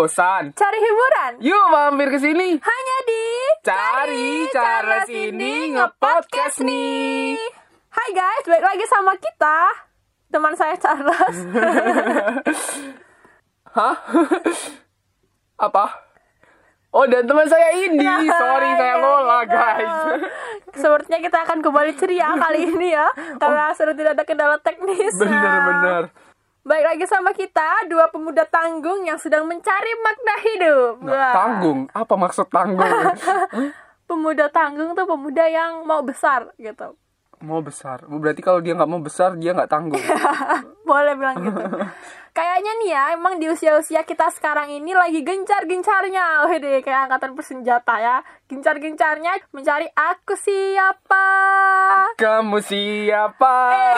bosan? Cari hiburan? Yuk mampir ke sini. Hanya di Cari Charles ini nge-podcast nih. Hai guys, balik lagi sama kita. Teman saya Charles. Hah? Apa? Oh, dan teman saya Indi. Sorry, saya Lola, guys. Sepertinya kita akan kembali ceria kali ini ya, karena sudah tidak ada kendala teknis. Bener. Baik lagi sama kita, dua pemuda tanggung yang sedang mencari makna hidup. Nah, tanggung? Apa maksud tanggung? Pemuda tanggung tuh pemuda yang mau besar gitu. Mau besar? Berarti kalau dia nggak mau besar, dia nggak tanggung. Boleh bilang gitu. Kayaknya nih ya, emang di usia-usia kita sekarang ini lagi gencar-gencarnya. Wede, kayak angkatan bersenjata ya. Gencar-gencarnya mencari aku siapa. Kamu siapa?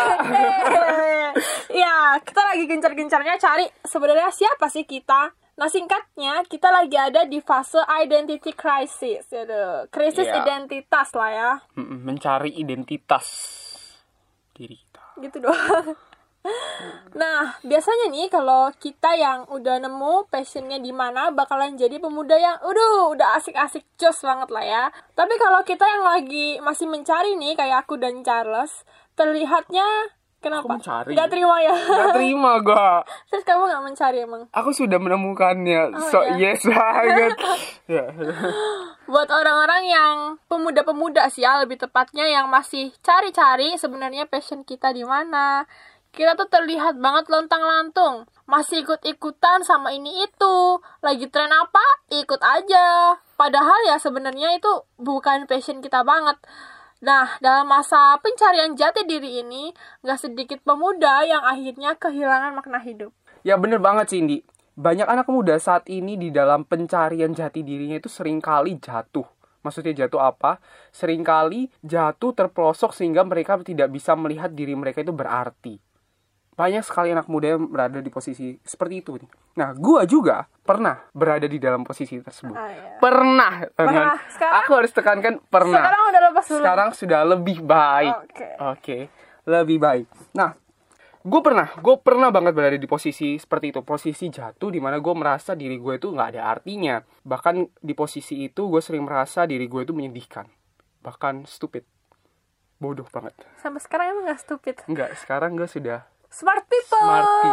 Ya, kita lagi gencar-gencarnya cari sebenarnya siapa sih kita. Nah, singkatnya, kita lagi ada di fase identity crisis. Krisis identitas lah ya. Mencari identitas diri kita. Gitu doang. Nah, biasanya nih kalau kita yang udah nemu passionnya di mana bakalan jadi pemuda yang udah asik-asik jos banget lah ya. Tapi kalau kita yang lagi masih mencari nih kayak aku dan Charles, terlihatnya kenapa? Gak terima ya? Gak terima gua. Terus kamu gak mencari emang? Aku sudah menemukannya. Yes banget. Buat orang-orang yang pemuda-pemuda sih ya, lebih tepatnya yang masih cari-cari sebenarnya passion kita di mana. Kita tuh terlihat banget lontang-lantung, masih ikut-ikutan sama ini itu. Lagi tren apa? Ikut aja. Padahal ya sebenarnya itu bukan passion kita banget. Nah, dalam masa pencarian jati diri ini, gak sedikit pemuda yang akhirnya kehilangan makna hidup. Ya bener banget Cindy. Banyak anak muda saat ini di dalam pencarian jati dirinya itu seringkali jatuh. Maksudnya jatuh apa? Seringkali jatuh terpelosok sehingga mereka tidak bisa melihat diri mereka itu berarti. Banyak sekali anak muda yang berada di posisi seperti itu nih. Nah, gue juga pernah berada di dalam posisi tersebut. Pernah. Sekarang? Aku harus tekankan pernah. Sekarang udah lepas dulu. Sekarang sudah lebih baik. Oke. Lebih baik. Nah, gue pernah banget berada di posisi seperti itu. Posisi jatuh di mana gue merasa diri gue itu nggak ada artinya. Bahkan di posisi itu gue sering merasa diri gue itu menyedihkan. Bahkan stupid. Bodoh banget. Sampai sekarang emang gak stupid? Enggak, sekarang gue sudah Smart people.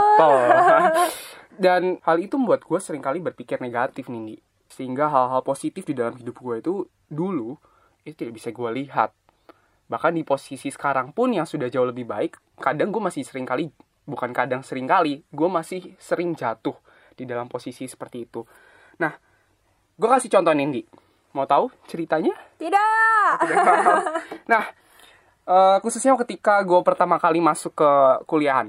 Dan hal itu membuat gue seringkali berpikir negatif nih, sehingga hal-hal positif di dalam hidup gue itu dulu itu tidak bisa gue lihat. Bahkan di posisi sekarang pun yang sudah jauh lebih baik, kadang gue masih seringkali, gue masih sering jatuh di dalam posisi seperti itu. Nah, gue kasih contoh Nindi. Mau tahu ceritanya? Tidak. Nah, khususnya ketika gue pertama kali masuk ke kuliahan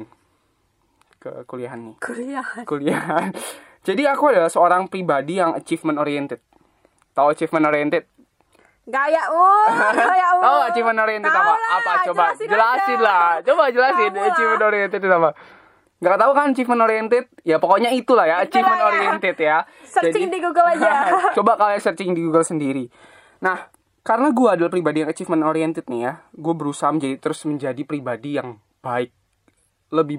nih. Kuliahan. Jadi aku adalah seorang pribadi yang achievement oriented. Tahu achievement oriented? Gayamu. Tahu achievement oriented apa? Coba jelasin lah. Achievement oriented itu apa? Gak tahu kan achievement oriented? Ya pokoknya itulah ya, achievement oriented ya. Searching di Google aja. Coba kalian searching di Google sendiri. Nah, karena gue adalah pribadi yang achievement oriented nih ya, gue berusaha terus menjadi pribadi yang baik. Lebih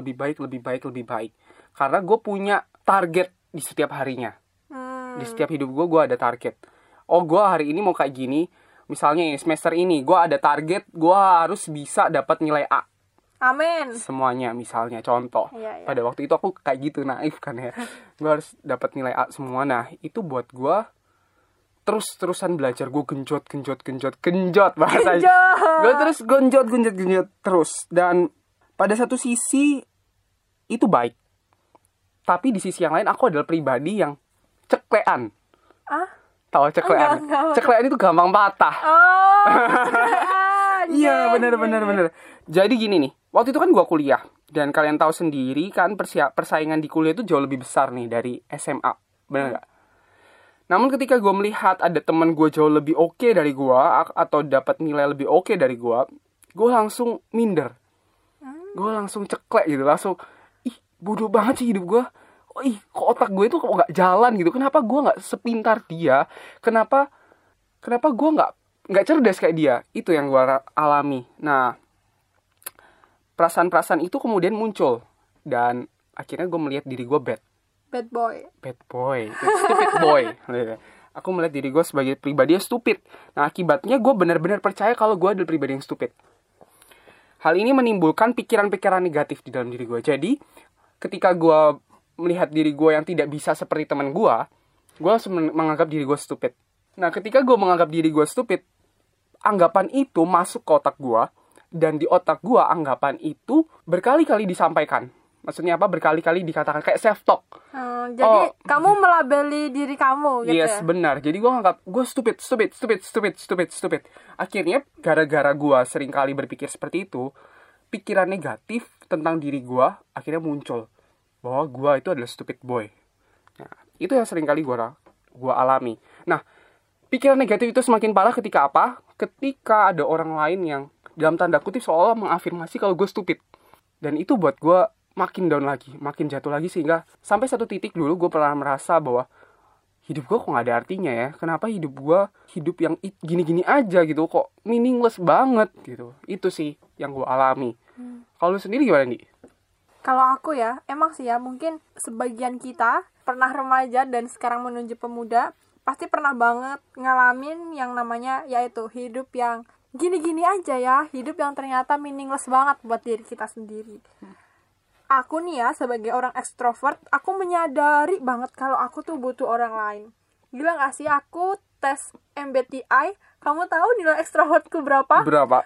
baik. Karena gue punya target di setiap harinya. Di setiap hidup gue ada target. Oh, gue hari ini mau kayak gini. Misalnya ini, semester ini, gue ada target, gue harus bisa dapat nilai A. Amin. Semuanya, misalnya, contoh. Iya. Pada waktu itu aku kayak gitu, naif kan ya. Gue harus dapat nilai A semua. Nah, itu buat gue terus-terusan belajar. Gue genjot bahasanya. Gue terus genjot terus. Dan pada satu sisi itu baik, tapi di sisi yang lain aku adalah pribadi yang ceklean. Tahu ceklean? Ceklean itu gampang patah. Oh, ceklean. Iya, bener. Jadi gini nih, waktu itu kan gue kuliah, dan kalian tahu sendiri kan persaingan di kuliah itu jauh lebih besar nih dari SMA, bener gak? Namun ketika gue melihat ada teman gue jauh lebih oke dari gue, atau dapat nilai lebih oke dari gue langsung minder. Gue langsung ceklek gitu, langsung, bodoh banget sih hidup gue. Kok otak gue itu kok gak jalan gitu. Kenapa gue gak sepintar dia? Kenapa gue gak cerdas kayak dia? Itu yang gue alami. Nah, perasaan-perasaan itu kemudian muncul. Dan akhirnya gue melihat diri gue bad. Bad boy. Bad boy, stupid boy. Aku melihat diri gue sebagai pribadi yang stupid. Nah, akibatnya gue benar-benar percaya kalau gue adalah pribadi yang stupid. Hal ini menimbulkan pikiran-pikiran negatif di dalam diri gue. Jadi, ketika gue melihat diri gue yang tidak bisa seperti teman gue langsung menganggap diri gue stupid. Nah, ketika gue menganggap diri gue stupid, anggapan itu masuk ke otak gue. Dan di otak gue, anggapan itu berkali-kali disampaikan. Maksudnya apa? Berkali-kali dikatakan kayak self-talk. Jadi kamu melabeli diri kamu gitu Yes, ya? benar. Jadi gue nganggap gue stupid. Akhirnya gara-gara gue seringkali berpikir seperti itu, pikiran negatif tentang diri gue akhirnya muncul. Bahwa gue itu adalah stupid boy. Nah, itu yang seringkali gue alami. Nah, pikiran negatif itu semakin parah ketika apa? Ketika ada orang lain yang dalam tanda kutip seolah mengafirmasi kalau gue stupid. Dan itu buat gue makin down lagi, makin jatuh lagi, sehingga sampai satu titik dulu gue pernah merasa bahwa hidup gue kok gak ada artinya ya. Kenapa hidup gue hidup yang gini-gini aja gitu, kok meaningless banget gitu. Itu sih yang gue alami. Kalau lu sendiri gimana, Di? Kalau aku ya, emang sih ya, mungkin sebagian kita pernah remaja dan sekarang menuju pemuda, pasti pernah banget ngalamin yang namanya yaitu hidup yang gini-gini aja ya, hidup yang ternyata meaningless banget buat diri kita sendiri. Aku nih ya, sebagai orang ekstrovert, aku menyadari banget kalau aku tuh butuh orang lain. Gila gak sih, aku tes MBTI, kamu tahu nilai ekstrovertku berapa? Berapa?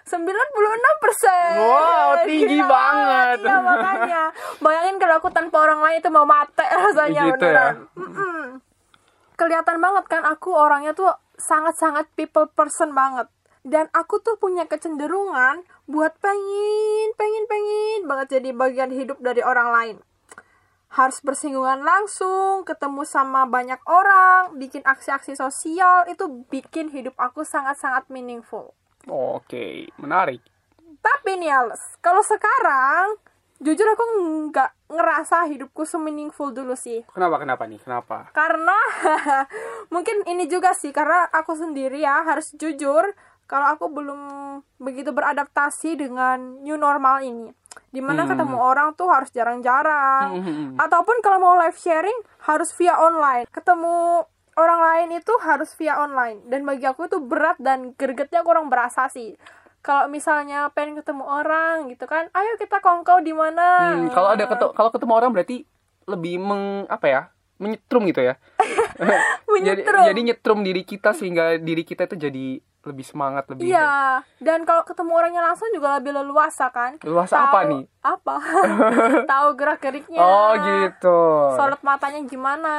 96%. Wow, tinggi Gila banget. Iya, makanya. Bayangin kalau aku tanpa orang lain itu mau mati rasanya. Gitu beneran. ya? Kelihatan banget kan aku orangnya tuh sangat-sangat people person banget. Dan aku tuh punya kecenderungan buat pengen banget jadi bagian hidup dari orang lain. Harus bersinggungan langsung, ketemu sama banyak orang, bikin aksi-aksi sosial, itu bikin hidup aku sangat-sangat meaningful. Oke, menarik. Tapi nih Ales, kalau sekarang, jujur aku nggak ngerasa hidupku se-meaningful dulu sih. Kenapa nih? Karena, mungkin ini juga sih, karena aku sendiri ya harus jujur, kalau aku belum begitu beradaptasi dengan new normal ini. Dimana ketemu orang tuh harus jarang-jarang. Ataupun kalau mau live sharing, harus via online. Ketemu orang lain itu harus via online. Dan bagi aku itu berat dan gregetnya kurang berasa sih. Kalau misalnya pengen ketemu orang gitu kan, ayo kita kongkow di mana. Kalau ketemu orang berarti lebih menyetrum gitu ya. Menyetrum. Jadi nyetrum diri kita sehingga diri kita itu jadi lebih semangat, lebih. Iya, dan kalau ketemu orangnya langsung juga lebih leluasa kan. Leluasa apa nih? Apa? Tahu gerak-geriknya. Oh gitu. Sorot matanya gimana.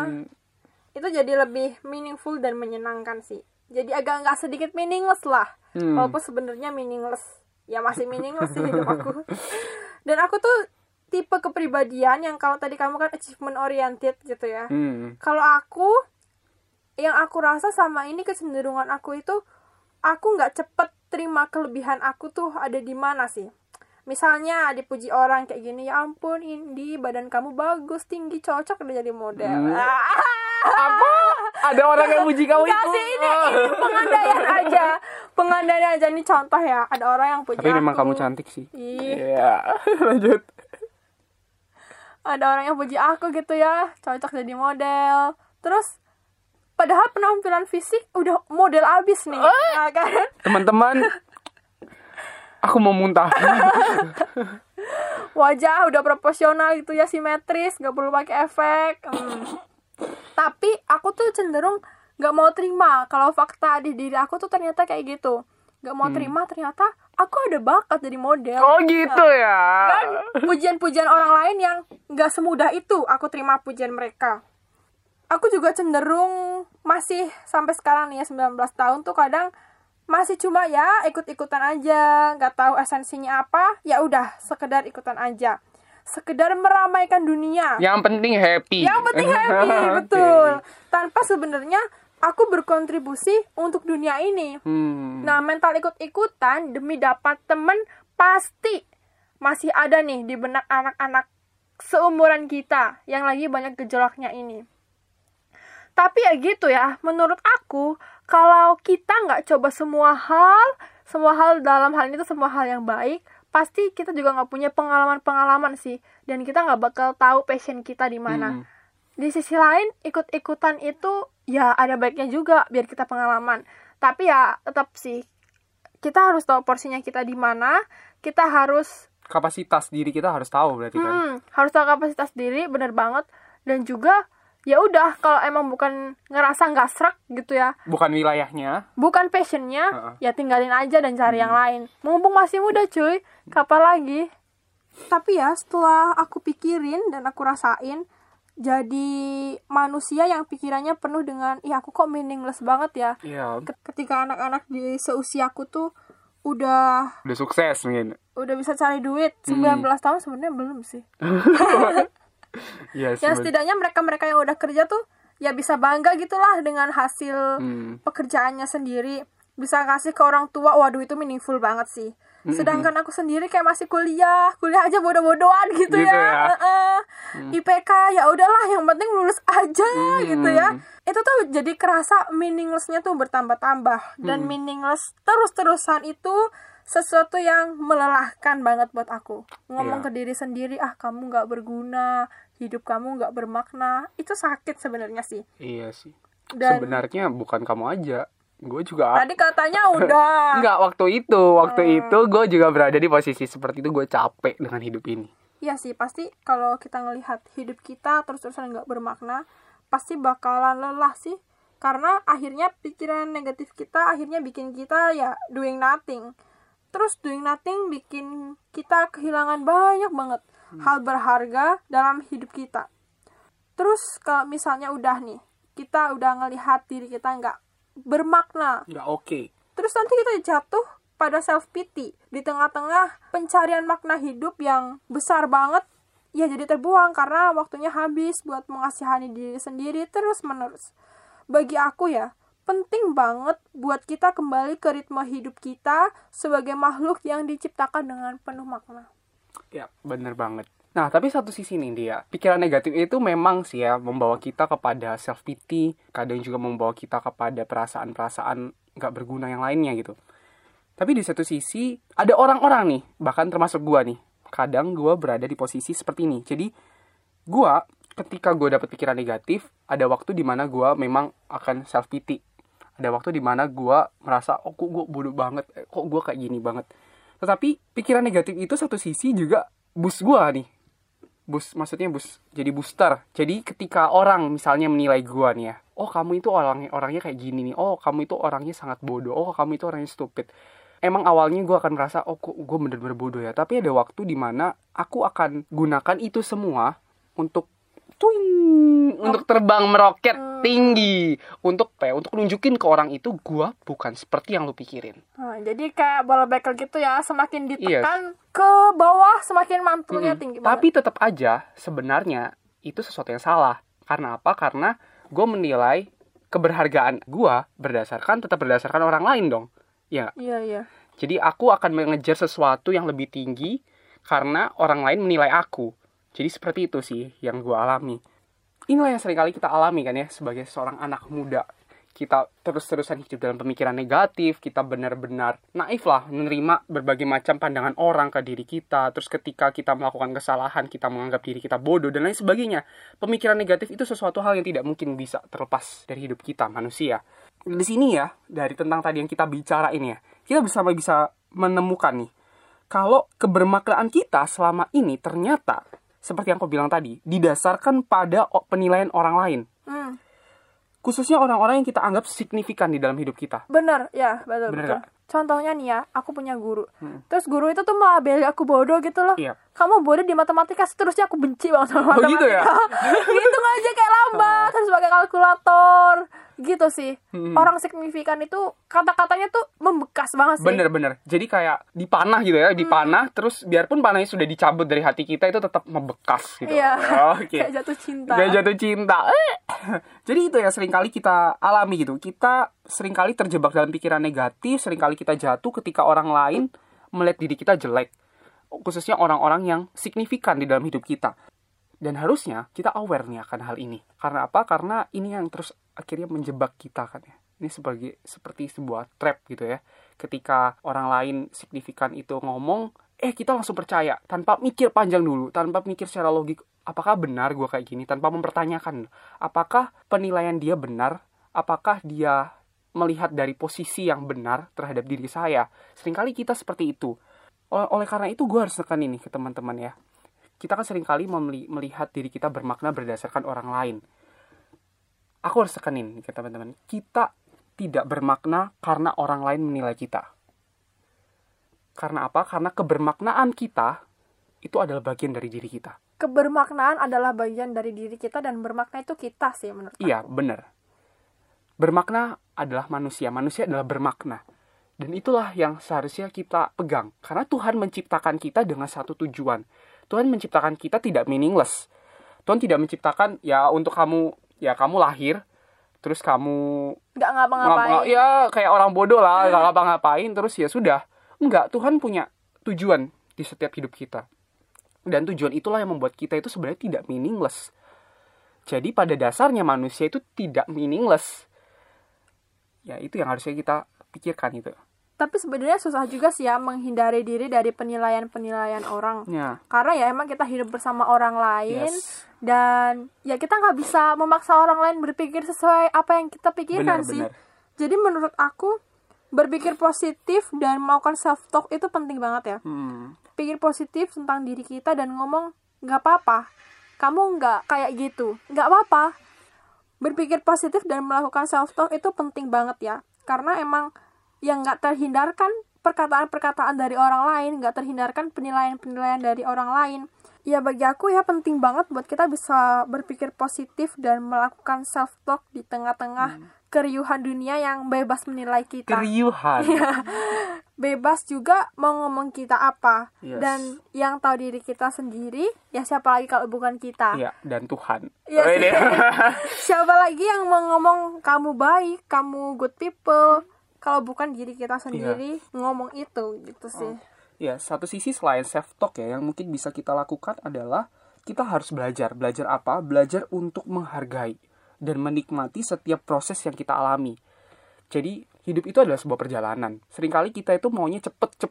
Itu jadi lebih meaningful dan menyenangkan sih. Jadi agak nggak sedikit meaningless lah. Walaupun sebenarnya meaningless. Ya masih meaningless sih hidup aku. Dan aku tuh tipe kepribadian yang kalau tadi kamu kan achievement oriented gitu ya. Kalau aku, yang aku rasa sama ini kecenderungan aku itu, aku nggak cepet terima kelebihan aku tuh ada di mana sih. Misalnya dipuji orang kayak gini, ya ampun Indi, badan kamu bagus, tinggi, cocok udah jadi model. Apa? Ada orang yang puji kamu itu? Nggak sih, ini pengandaian aja nih contoh ya. Ada orang yang puji Tapi aku. memang kamu cantik sih. Iya. Lanjut. Ada orang yang puji aku gitu ya, cocok jadi model. Terus padahal penampilan fisik udah model abis nih, ya kan? Teman-teman, aku mau muntah. Wajah udah proporsional gitu ya, simetris, gak perlu pakai efek. Tapi aku tuh cenderung gak mau terima kalau fakta di diri aku tuh ternyata kayak gitu. Gak mau terima ternyata aku ada bakat jadi model. Oh gitu ya. Dan pujian-pujian orang lain yang gak semudah itu aku terima pujian mereka. Aku juga cenderung masih sampai sekarang nih ya 19 tahun tuh kadang masih cuma ya ikut-ikutan aja, nggak tahu esensinya apa, ya udah sekedar ikutan aja, sekedar meramaikan dunia. Yang penting happy. Betul. Tanpa sebenarnya aku berkontribusi untuk dunia ini. Nah, mental ikut-ikutan demi dapat temen pasti masih ada nih di benak anak-anak seumuran kita yang lagi banyak gejolaknya ini. Tapi ya gitu ya, menurut aku, kalau kita nggak coba semua hal dalam hal ini tuh semua hal yang baik, pasti kita juga nggak punya pengalaman-pengalaman sih. Dan kita nggak bakal tahu passion kita di mana. di sisi lain ikut-ikutan itu ya ada baiknya juga biar kita pengalaman. Tapi ya tetap sih kita harus tahu porsinya kita di mana. Kita harus Kapasitas diri kita harus tahu berarti kan. harus tahu kapasitas diri, bener banget. Dan juga ya udah, kalau emang bukan ngerasa nggak srek gitu ya, Bukan wilayahnya. bukan passionnya, ya tinggalin aja dan cari yang lain. Mumpung masih muda cuy, kapan lagi? Tapi ya setelah aku pikirin dan aku rasain, jadi manusia yang pikirannya penuh dengan aku kok meaningless banget ya. Iya. Ketika anak-anak di seusiaku tuh udah Udah sukses mungkin. bisa cari duit 19 tahun, sebenarnya belum sih. Iya, Ya setidaknya mereka yang udah kerja tuh ya bisa bangga gitulah dengan hasil pekerjaannya sendiri, bisa kasih ke orang tua. Waduh, itu meaningful banget sih. Sedangkan aku sendiri kayak masih kuliah aja bodoh-bodohan gitu ya. IPK ya udahlah, yang penting lulus aja gitu ya. Itu tuh jadi kerasa meaninglessnya tuh bertambah-tambah. Dan meaningless terus-terusan itu sesuatu yang melelahkan banget buat aku. Ngomong ke diri sendiri, kamu gak berguna, hidup kamu gak bermakna, itu sakit sebenarnya sih. Iya sih. Dan sebenarnya bukan kamu aja, gue juga. Tadi katanya udah. Enggak, waktu itu gue juga berada di posisi seperti itu. Gue capek dengan hidup ini. Iya sih, pasti kalau kita ngelihat hidup kita terus-terusan gak bermakna, pasti bakalan lelah sih. Karena akhirnya pikiran negatif kita akhirnya bikin kita ya doing nothing. Terus doing nothing bikin kita kehilangan banyak banget hal berharga dalam hidup kita. Terus kalau misalnya udah nih, kita udah ngelihat diri kita nggak bermakna, Nggak oke. terus nanti kita jatuh pada self pity di tengah-tengah pencarian makna hidup yang besar banget. Ya jadi terbuang karena waktunya habis buat mengasihani diri sendiri terus menerus. Bagi aku ya, penting banget buat kita kembali ke ritme hidup kita sebagai makhluk yang diciptakan dengan penuh makna. Ya, bener banget. Nah, tapi satu sisi nih dia, pikiran negatif itu memang sih ya membawa kita kepada self pity, kadang juga membawa kita kepada perasaan-perasaan nggak berguna yang lainnya gitu. Tapi di satu sisi ada orang-orang nih, bahkan termasuk gua nih, kadang gua berada di posisi seperti ini. Jadi gua ketika gua dapet pikiran negatif, ada waktu dimana gua memang akan self pity. Ada waktu dimana gue merasa, kok gue bodoh banget, kok gue kayak gini banget. Tetapi pikiran negatif itu satu sisi juga boost gue nih. Maksudnya jadi booster. Jadi ketika orang misalnya menilai gue nih ya, kamu itu orangnya kayak gini nih, kamu itu orangnya sangat bodoh, kamu itu orangnya stupid. Emang awalnya gue akan merasa, kok gue bener-bener bodoh ya. Tapi ada waktu dimana aku akan gunakan itu semua untuk terbang meroket tinggi, untuk nunjukin ke orang itu gua bukan seperti yang lu pikirin. Jadi kayak bola bekel gitu ya, semakin ditekan ke bawah semakin mantulnya tinggi banget. Tapi tetap aja sebenarnya itu sesuatu yang salah. Karena apa? Karena gua menilai keberhargaan gua tetap berdasarkan orang lain dong. Iya. Iya. Jadi aku akan mengejar sesuatu yang lebih tinggi karena orang lain menilai aku. Jadi seperti itu sih yang gue alami. Inilah yang seringkali kita alami kan ya, sebagai seorang anak muda. Kita terus-terusan hidup dalam pemikiran negatif, kita benar-benar naif lah menerima berbagai macam pandangan orang ke diri kita. Terus ketika kita melakukan kesalahan, kita menganggap diri kita bodoh dan lain sebagainya. Pemikiran negatif itu sesuatu hal yang tidak mungkin bisa terlepas dari hidup kita, manusia. Di sini ya, dari tentang tadi yang kita bicarain ya, kita bisa menemukan nih, kalau kebermaknaan kita selama ini ternyata seperti yang kau bilang tadi, didasarkan pada penilaian orang lain. Khususnya orang-orang yang kita anggap signifikan di dalam hidup kita. Bener, ya, betul. Gak? Contohnya nih ya, aku punya guru. Terus guru itu tuh melabeli aku bodoh gitu loh. Iya. Kamu bodoh di matematika, seterusnya aku benci banget sama matematika. Gitu ya? Hitung aja kayak lambat, harus pakai kalkulator. Gitu sih. Orang signifikan itu kata-katanya tuh membekas banget sih. Bener. Jadi kayak dipanah gitu ya, dipanah, terus biarpun panahnya sudah dicabut dari hati kita, itu tetap membekas gitu. Iya. Okay. Kayak jatuh cinta. Jadi itu ya seringkali kita alami gitu. Kita seringkali terjebak dalam pikiran negatif, seringkali kita jatuh ketika orang lain melihat diri kita jelek. Khususnya orang-orang yang signifikan di dalam hidup kita. Dan harusnya kita aware nih akan hal ini. Karena apa? Karena ini yang terus akhirnya menjebak kita kan ya. Ini seperti sebuah trap gitu ya. Ketika orang lain signifikan itu ngomong, kita langsung percaya tanpa mikir panjang dulu, tanpa mikir secara apakah benar gue kayak gini, tanpa mempertanyakan apakah penilaian dia benar, apakah dia melihat dari posisi yang benar terhadap diri saya. Seringkali kita seperti itu. Oleh karena itu gue harus tekan ini ke teman-teman ya. Kita kan seringkali melihat diri kita bermakna berdasarkan orang lain. Aku harus tekanin ke teman-teman. Kita tidak bermakna karena orang lain menilai kita. Karena apa? Karena kebermaknaan kita itu adalah bagian dari diri kita. Kebermaknaan adalah bagian dari diri kita, dan bermakna itu kita sih menurut aku. Iya, benar. Bermakna adalah manusia adalah bermakna. Dan itulah yang seharusnya kita pegang. Karena Tuhan menciptakan kita dengan satu tujuan. Tuhan menciptakan kita tidak meaningless. Tuhan tidak menciptakan ya untuk kamu lahir, terus kamu Nggak ngapa-ngapain. ya kayak orang bodoh lah, nggak ngapa-ngapain, terus ya sudah. Enggak, Tuhan punya tujuan di setiap hidup kita. Dan tujuan itulah yang membuat kita itu sebenarnya tidak meaningless. Jadi pada dasarnya manusia itu tidak meaningless. Ya itu yang harusnya kita pikirkan itu. Tapi sebenarnya susah juga sih ya menghindari diri dari penilaian-penilaian orang. Ya. Karena ya emang kita hidup bersama orang lain. Yes. Dan ya kita nggak bisa memaksa orang lain berpikir sesuai apa yang kita pikirkan sih. Benar. Jadi menurut aku berpikir positif dan melakukan self talk itu penting banget ya. Pikir positif tentang diri kita dan ngomong nggak apa-apa, kamu nggak kayak gitu, nggak apa-apa. Berpikir positif dan melakukan self talk itu penting banget ya, karena emang yang nggak terhindarkan perkataan-perkataan dari orang lain, nggak terhindarkan penilaian-penilaian dari orang lain. Ya bagi aku ya penting banget buat kita bisa berpikir positif dan melakukan self talk di tengah-tengah keriuhan dunia yang bebas menilai kita. Keriuhan. Bebas juga mau ngomong kita apa. Yes. Dan yang tahu diri kita sendiri ya siapa lagi kalau bukan kita. Iya, dan Tuhan. Ya, siapa lagi yang mau ngomong kamu baik, kamu good people, kalau bukan diri kita sendiri ngomong itu gitu sih. Ya, satu sisi selain self talk ya yang mungkin bisa kita lakukan adalah kita harus belajar. Belajar apa? Belajar untuk menghargai dan menikmati setiap proses yang kita alami. Jadi hidup itu adalah sebuah perjalanan. Seringkali kita itu maunya cepet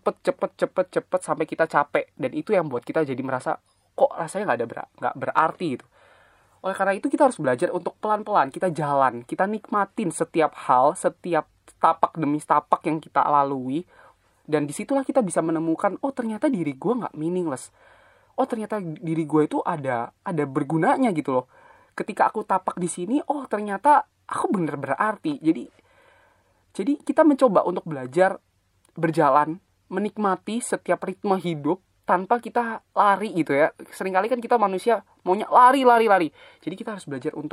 sampai kita capek, dan itu yang buat kita jadi merasa kok rasanya nggak berarti gitu. Oleh karena itu kita harus belajar untuk pelan-pelan kita jalan, kita nikmatin setiap hal, setiap tapak demi tapak yang kita lalui, dan disitulah kita bisa menemukan oh ternyata diri gue nggak meaningless, oh ternyata diri gue itu ada bergunanya gitu loh. Ketika aku tapak di sini, oh ternyata aku bener berarti. Jadi kita mencoba untuk belajar berjalan, menikmati setiap ritme hidup tanpa kita lari gitu ya. Seringkali kan kita manusia maunya lari. Jadi kita harus belajar untuk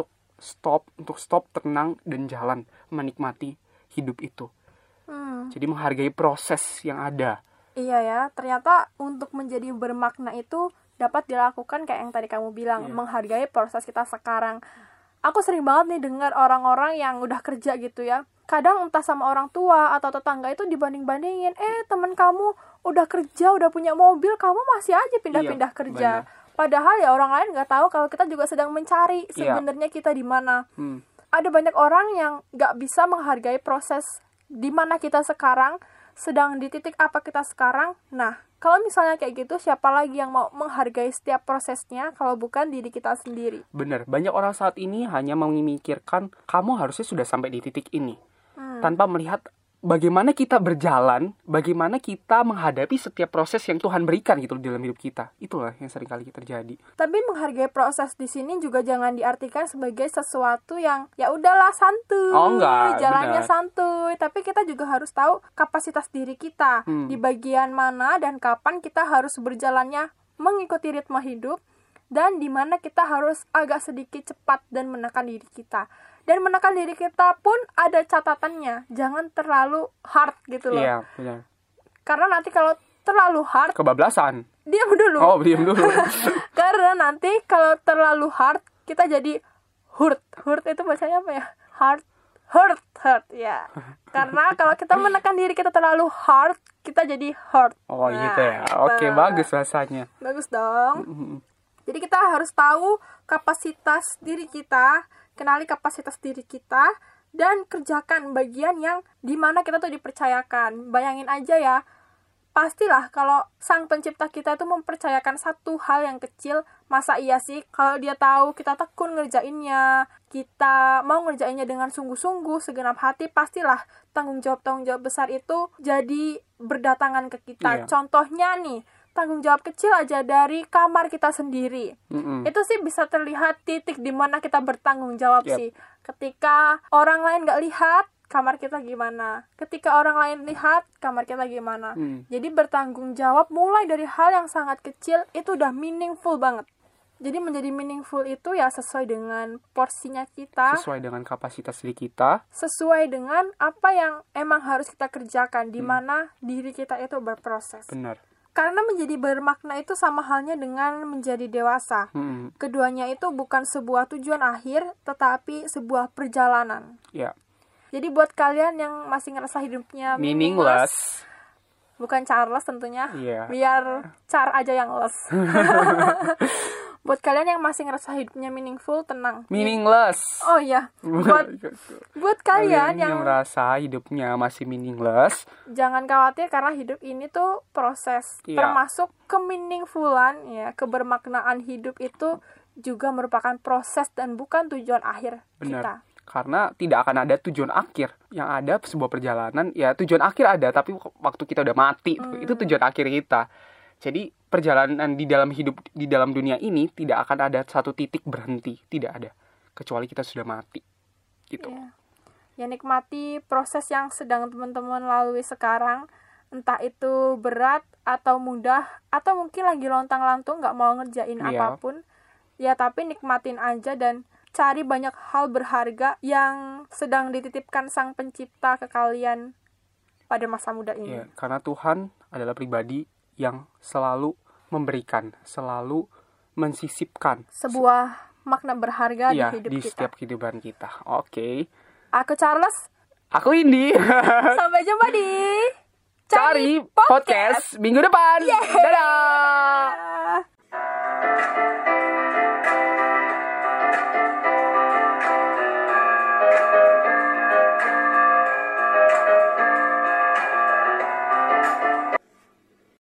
stop, tenang dan jalan, menikmati hidup itu. Jadi menghargai proses yang ada. Iya ya, ternyata untuk menjadi bermakna itu dapat dilakukan kayak yang tadi kamu bilang, menghargai proses kita sekarang. Aku sering banget nih dengar orang-orang yang udah kerja gitu ya. Kadang entah sama orang tua atau tetangga itu dibanding-bandingin, teman kamu udah kerja, udah punya mobil, kamu masih aja pindah-pindah kerja. Bener. Padahal ya orang lain nggak tahu kalau kita juga sedang mencari sebenarnya kita di mana. Ada banyak orang yang nggak bisa menghargai proses di mana kita sekarang, sedang di titik apa kita sekarang. Nah, kalau misalnya kayak gitu, siapa lagi yang mau menghargai setiap prosesnya kalau bukan diri kita sendiri? Bener, banyak orang saat ini hanya memikirkan kamu harusnya sudah sampai di titik ini, tanpa melihat bagaimana kita berjalan, bagaimana kita menghadapi setiap proses yang Tuhan berikan gitu dalam hidup kita. Itulah yang sering kali terjadi. Tapi menghargai proses di sini juga jangan diartikan sebagai sesuatu yang ya udahlah santuy. Oh enggak, jalannya benar. Santuy, tapi kita juga harus tahu kapasitas diri kita di bagian mana dan kapan kita harus berjalannya mengikuti ritme hidup, dan di mana kita harus agak sedikit cepat dan menekan diri kita. Dan menekan diri kita pun ada catatannya, jangan terlalu hard gitu loh. Iya, benar. Karena nanti kalau terlalu hard, Kebablasan. diam dulu. Oh, diam dulu. Karena nanti kalau terlalu hard, kita jadi hurt. Hurt itu bacanya apa ya? Hurt ya. Karena kalau kita menekan diri kita terlalu hard, kita jadi hurt. Oh, gitu ya. Gitu. Oke, bagus bahasanya. Bagus dong. Jadi kita harus tahu kapasitas diri kita, kenali kapasitas diri kita, dan kerjakan bagian yang dimana kita tuh dipercayakan. Bayangin aja ya, pastilah kalau sang pencipta kita itu mempercayakan satu hal yang kecil, Masa iya sih kalau dia tahu kita tekun ngerjainnya, kita mau ngerjainnya dengan sungguh-sungguh, segenap hati, pastilah tanggung jawab besar itu jadi berdatangan ke kita. Contohnya nih, tanggung jawab kecil aja dari kamar kita sendiri. Itu sih bisa terlihat titik di mana kita bertanggung jawab sih. Ketika orang lain nggak lihat, kamar kita gimana? Ketika orang lain lihat, kamar kita gimana? Jadi bertanggung jawab mulai dari hal yang sangat kecil itu udah meaningful banget. Jadi menjadi meaningful itu ya sesuai dengan porsinya kita, sesuai dengan kapasitas diri kita, sesuai dengan apa yang emang harus kita kerjakan, di mana diri kita itu berproses. Benar. Karena menjadi bermakna itu sama halnya dengan menjadi dewasa. Keduanya itu bukan sebuah tujuan akhir, tetapi sebuah perjalanan. Jadi buat kalian yang masih ngerasa hidupnya meaningless, bukan Charles tentunya, biar Char aja yang less. Buat kalian yang masih ngerasa hidupnya meaningful, tenang. Meaningless. Oh iya. Buat kalian yang merasa hidupnya masih meaningless, jangan khawatir karena hidup ini tuh proses. Termasuk ke-meaningfulan ya, kebermaknaan hidup itu juga merupakan proses dan bukan tujuan akhir kita. Karena tidak akan ada tujuan akhir. Yang ada sebuah perjalanan, ya tujuan akhir ada, tapi waktu kita udah mati, itu tujuan akhir kita. Jadi perjalanan di dalam hidup, di dalam dunia ini tidak akan ada satu titik berhenti. Tidak ada. Kecuali kita sudah mati. Gitu. Ya nikmati proses yang sedang teman-teman lalui sekarang. Entah itu berat atau mudah, atau mungkin lagi lontang-lantung gak mau ngerjain apapun. Ya tapi nikmatin aja dan cari banyak hal berharga yang sedang dititipkan Sang Pencipta ke kalian pada masa muda ini. Karena Tuhan adalah pribadi yang selalu memberikan, selalu mensisipkan sebuah makna berharga di hidup di kita. Setiap kehidupan kita. Oke. Aku Charles. Aku Indi. Sampai jumpa di Cari Podcast minggu depan. Dadah.